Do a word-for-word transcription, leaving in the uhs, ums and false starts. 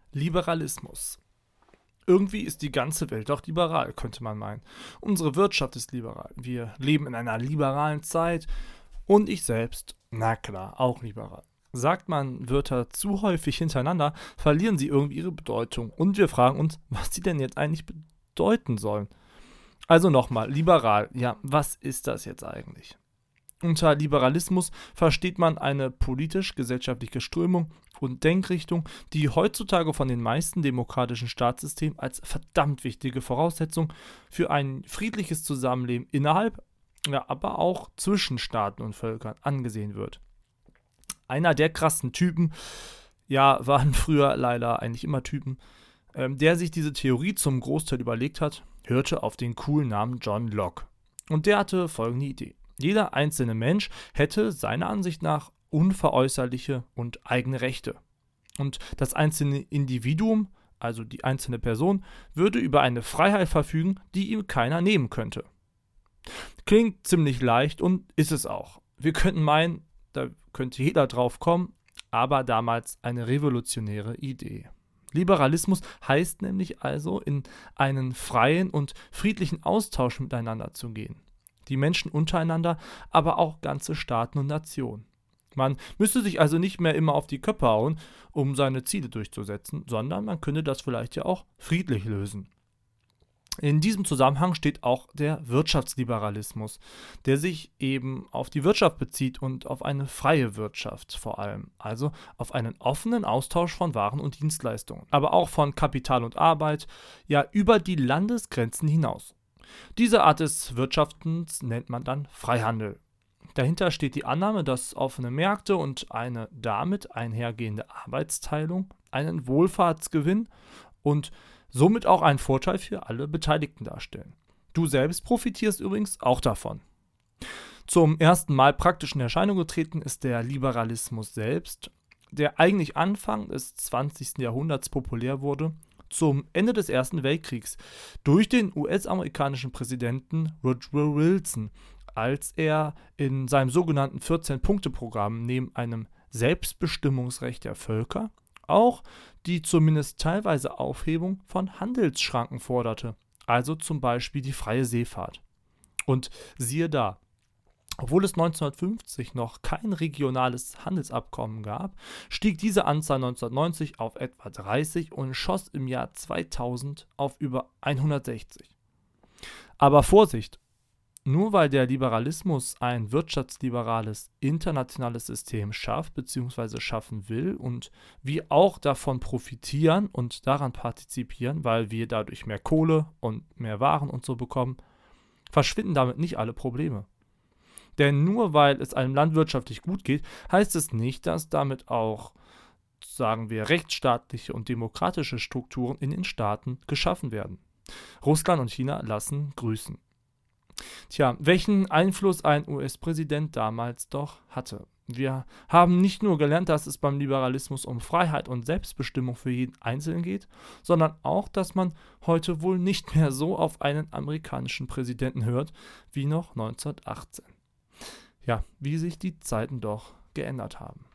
Liberalismus. Irgendwie ist die ganze Welt auch liberal, könnte man meinen. Unsere Wirtschaft ist liberal. Wir leben in einer liberalen Zeit und ich selbst, na klar, auch liberal. Sagt man Wörter zu häufig hintereinander, verlieren sie irgendwie ihre Bedeutung und wir fragen uns, was sie denn jetzt eigentlich bedeuten sollen. Also nochmal, liberal, ja, was ist das jetzt eigentlich? Unter Liberalismus versteht man eine politisch-gesellschaftliche Strömung und Denkrichtung, die heutzutage von den meisten demokratischen Staatssystemen als verdammt wichtige Voraussetzung für ein friedliches Zusammenleben innerhalb, ja, aber auch zwischen Staaten und Völkern angesehen wird. Einer der krassen Typen, ja, waren früher leider eigentlich immer Typen, ähm, der sich diese Theorie zum Großteil überlegt hat, hörte auf den coolen Namen John Locke. Und der hatte folgende Idee. Jeder einzelne Mensch hätte seiner Ansicht nach unveräußerliche und eigene Rechte. Und das einzelne Individuum, also die einzelne Person, würde über eine Freiheit verfügen, die ihm keiner nehmen könnte. Klingt ziemlich leicht und ist es auch. Wir könnten meinen, da könnte jeder drauf kommen, aber damals eine revolutionäre Idee. Liberalismus heißt nämlich also, in einen freien und friedlichen Austausch miteinander zu gehen. Die Menschen untereinander, aber auch ganze Staaten und Nationen. Man müsste sich also nicht mehr immer auf die Köpfe hauen, um seine Ziele durchzusetzen, sondern man könnte das vielleicht ja auch friedlich lösen. In diesem Zusammenhang steht auch der Wirtschaftsliberalismus, der sich eben auf die Wirtschaft bezieht und auf eine freie Wirtschaft vor allem, also auf einen offenen Austausch von Waren und Dienstleistungen, aber auch von Kapital und Arbeit, ja über die Landesgrenzen hinaus. Diese Art des Wirtschaftens nennt man dann Freihandel. Dahinter steht die Annahme, dass offene Märkte und eine damit einhergehende Arbeitsteilung einen Wohlfahrtsgewinn und somit auch einen Vorteil für alle Beteiligten darstellen. Du selbst profitierst übrigens auch davon. Zum ersten Mal praktisch in Erscheinung getreten ist der Liberalismus selbst, der eigentlich Anfang des zwanzigsten Jahrhunderts populär wurde, zum Ende des Ersten Weltkriegs, durch den U S-amerikanischen Präsidenten Woodrow Wilson, als er in seinem sogenannten vierzehn-Punkte-Programm neben einem Selbstbestimmungsrecht der Völker auch die zumindest teilweise Aufhebung von Handelsschranken forderte, also zum Beispiel die freie Seefahrt. Und siehe da, obwohl es neunzehnhundertfünfzig noch kein regionales Handelsabkommen gab, stieg diese Anzahl neunzehnhundertneunzig auf etwa dreißig und schoss im Jahr zweitausend auf über hundertsechzig. Aber Vorsicht! Nur weil der Liberalismus ein wirtschaftsliberales internationales System schafft bzw. schaffen will und wir auch davon profitieren und daran partizipieren, weil wir dadurch mehr Kohle und mehr Waren und so bekommen, verschwinden damit nicht alle Probleme. Denn nur weil es einem Land wirtschaftlich gut geht, heißt es nicht, dass damit auch, sagen wir, rechtsstaatliche und demokratische Strukturen in den Staaten geschaffen werden. Russland und China lassen grüßen. Tja, welchen Einfluss ein U S-Präsident damals doch hatte. Wir haben nicht nur gelernt, dass es beim Liberalismus um Freiheit und Selbstbestimmung für jeden Einzelnen geht, sondern auch, dass man heute wohl nicht mehr so auf einen amerikanischen Präsidenten hört wie noch neunzehnhundertachtzehn. Ja, wie sich die Zeiten doch geändert haben.